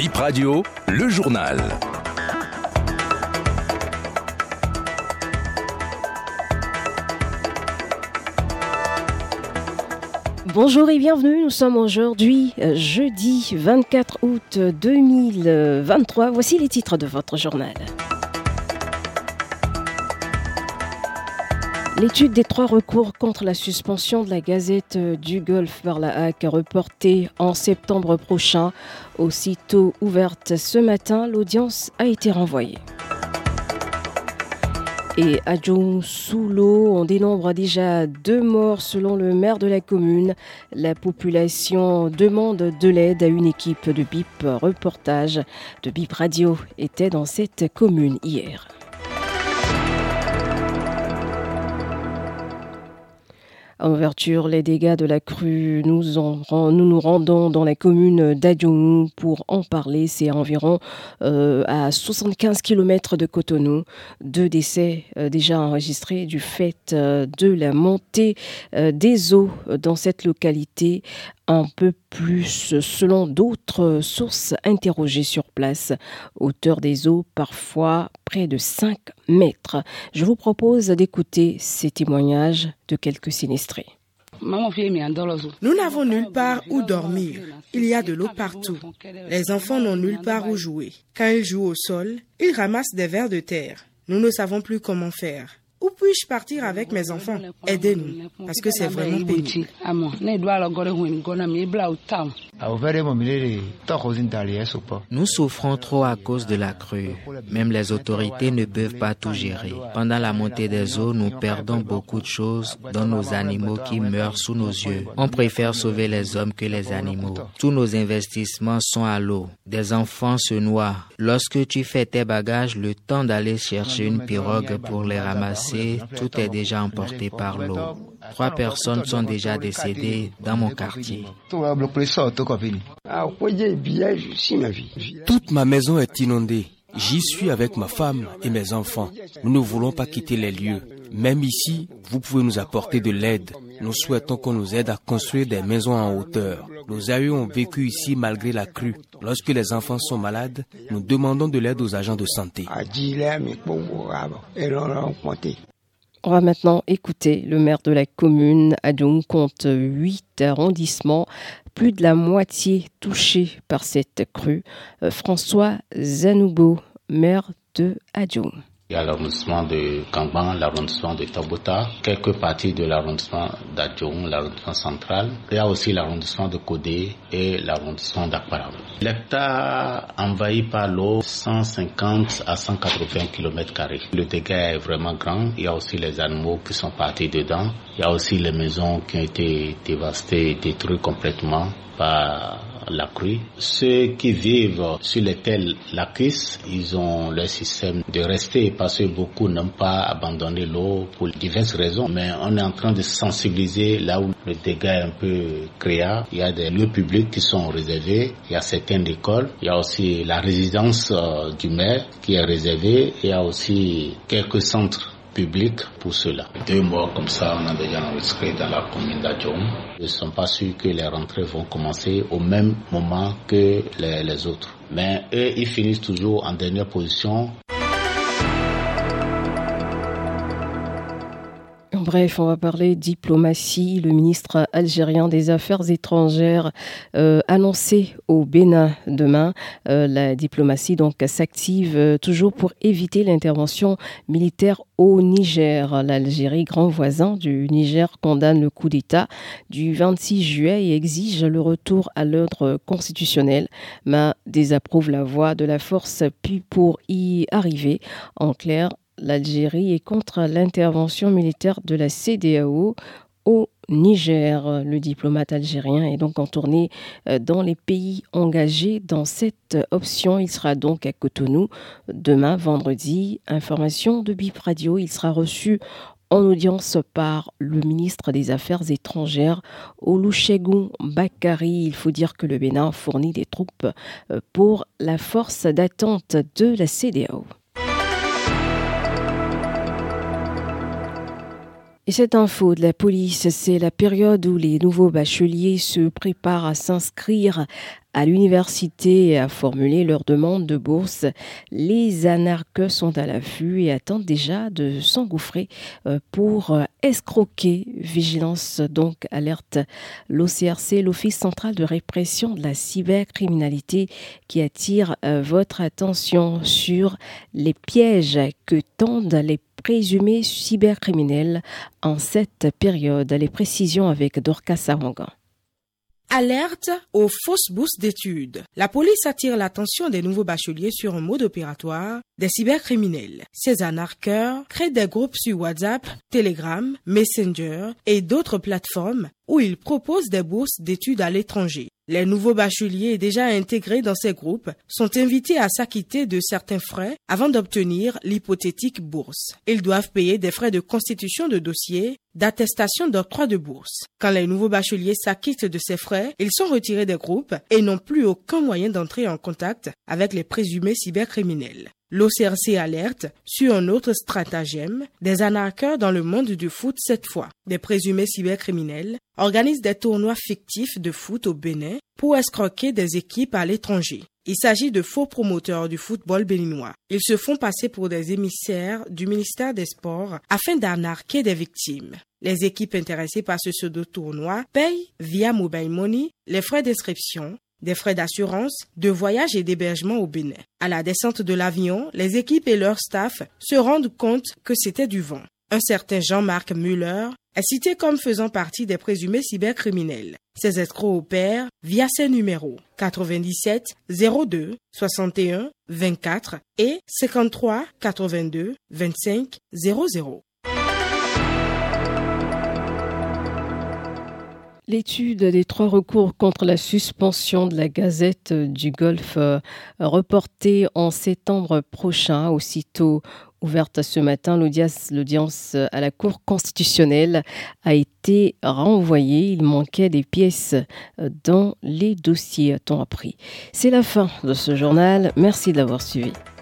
Bip Radio, le journal. Bonjour et bienvenue, nous sommes aujourd'hui jeudi 24 août 2023. Voici les titres de votre journal. L'étude des 3 recours contre la suspension de la Gazette du Golfe par la HAC reportée en septembre prochain. Aussitôt ouverte ce matin, l'audience a été renvoyée. Et à Djong, sous l'eau, on dénombre déjà 2 morts selon le maire de la commune. La population demande de l'aide à une équipe de BIP. Reportage de BIP Radio était dans cette commune hier. En ouverture, les dégâts de la crue, nous nous rendons dans la commune d'Adjoung pour en parler. C'est environ à 75 km de Cotonou. 2 décès déjà enregistrés du fait de la montée des eaux dans cette localité. Un peu plus selon d'autres sources interrogées sur place. Hauteur des eaux, parfois près de 5 mètres. Je vous propose d'écouter ces témoignages de quelques sinistrés. Nous n'avons nulle part où dormir. Il y a de l'eau partout. Les enfants n'ont nulle part où jouer. Quand ils jouent au sol, ils ramassent des vers de terre. Nous ne savons plus comment faire. Où puis-je partir avec mes enfants? Aidez-nous, parce que c'est vraiment pénible. Nous souffrons trop à cause de la crue. Même les autorités ne peuvent pas tout gérer. Pendant la montée des eaux, nous perdons beaucoup de choses, dont nos animaux qui meurent sous nos yeux. On préfère sauver les hommes que les animaux. Tous nos investissements sont à l'eau. Des enfants se noient. Lorsque tu fais tes bagages, le temps d'aller chercher une pirogue pour les ramasser, tout est déjà emporté par l'eau. 3 personnes sont déjà décédées dans mon quartier. Toute ma maison est inondée. J'y suis avec ma femme et mes enfants. Nous ne voulons pas quitter les lieux. Même ici, vous pouvez nous apporter de l'aide. Nous souhaitons qu'on nous aide à construire des maisons en hauteur. Nos aïeux ont vécu ici malgré la crue. Lorsque les enfants sont malades, nous demandons de l'aide aux agents de santé. On va maintenant écouter le maire de la commune. Adjoung compte 8 arrondissements, plus de la moitié touchés par cette crue. François Zanoubo, maire de Adjoung. Il y a l'arrondissement de Kangban, l'arrondissement de Tabota, quelques parties de l'arrondissement d'Adjoung, l'arrondissement central. Il y a aussi l'arrondissement de Kodé et l'arrondissement d'Akparam. L'hectare envahi par l'eau, 150 à 180 km². Le dégât est vraiment grand. Il y a aussi les animaux qui sont partis dedans. Il y a aussi les maisons qui ont été dévastées et détruites complètement par la crue. Ceux qui vivent sur lesquels la crise, ils ont leur système de rester parce que beaucoup n'ont pas abandonné l'eau pour diverses raisons. Mais on est en train de sensibiliser là où le dégât est un peu créa. Il y a des lieux publics qui sont réservés. Il y a certaines écoles. Il y a aussi la résidence du maire qui est réservée. Il y a aussi quelques centres public pour cela. 2 morts comme ça, on a déjà enregistré dans la commune d'Adjoung. Ils ne sont pas sûrs que les rentrées vont commencer au même moment que les autres. Mais eux, ils finissent toujours en dernière position. Bref, on va parler diplomatie. Le ministre algérien des Affaires étrangères annoncé au Bénin demain. La diplomatie donc s'active toujours pour éviter l'intervention militaire au Niger. L'Algérie, grand voisin du Niger, condamne le coup d'État du 26 juillet et exige le retour à l'ordre constitutionnel, mais désapprouve la voie de la force pour y arriver. En clair, l'Algérie est contre l'intervention militaire de la CEDEAO au Niger. Le diplomate algérien est donc en tournée dans les pays engagés dans cette option. Il sera donc à Cotonou demain, vendredi. Information de BIP Radio, il sera reçu en audience par le ministre des Affaires étrangères, Olusegun Bakari. Il faut dire que le Bénin fournit des troupes pour la force d'attente de la CEDEAO. Et cette info de la police, c'est la période où les nouveaux bacheliers se préparent à s'inscrire à l'université et à formuler leur demande de bourse. Les anarques sont à l'affût et attendent déjà de s'engouffrer pour escroquer. Vigilance donc alerte l'OCRC, l'Office central de répression de la cybercriminalité, qui attire votre attention sur les pièges que tendent les présumés cybercriminels en cette période. Les précisions avec Dorcas Sawangan. Alerte aux fausses bourses d'études. La police attire l'attention des nouveaux bacheliers sur un mode opératoire des cybercriminels. Ces arnaqueurs créent des groupes sur WhatsApp, Telegram, Messenger et d'autres plateformes où ils proposent des bourses d'études à l'étranger. Les nouveaux bacheliers déjà intégrés dans ces groupes sont invités à s'acquitter de certains frais avant d'obtenir l'hypothétique bourse. Ils doivent payer des frais de constitution de dossier, d'attestation d'octroi de bourse. Quand les nouveaux bacheliers s'acquittent de ces frais, ils sont retirés des groupes et n'ont plus aucun moyen d'entrer en contact avec les présumés cybercriminels. L'OCRC alerte sur un autre stratagème des arnaqueurs dans le monde du foot cette fois. Des présumés cybercriminels organisent des tournois fictifs de foot au Bénin pour escroquer des équipes à l'étranger. Il s'agit de faux promoteurs du football béninois. Ils se font passer pour des émissaires du ministère des Sports afin d'arnaquer des victimes. Les équipes intéressées par ce pseudo-tournoi payent via Mobile Money les frais d'inscription, des frais d'assurance, de voyage et d'hébergement au Bénin. À la descente de l'avion, les équipes et leur staff se rendent compte que c'était du vent. Un certain Jean-Marc Muller est cité comme faisant partie des présumés cybercriminels. Ces escrocs opèrent via ces numéros 97 02 61 24 et 53 82 25 00. L'étude des 3 recours contre la suspension de la Gazette du Golfe reportée en septembre prochain, aussitôt ouverte ce matin, l'audience à la Cour constitutionnelle a été renvoyée. Il manquait des pièces dans les dossiers, a-t-on appris. C'est la fin de ce journal. Merci de l'avoir suivi.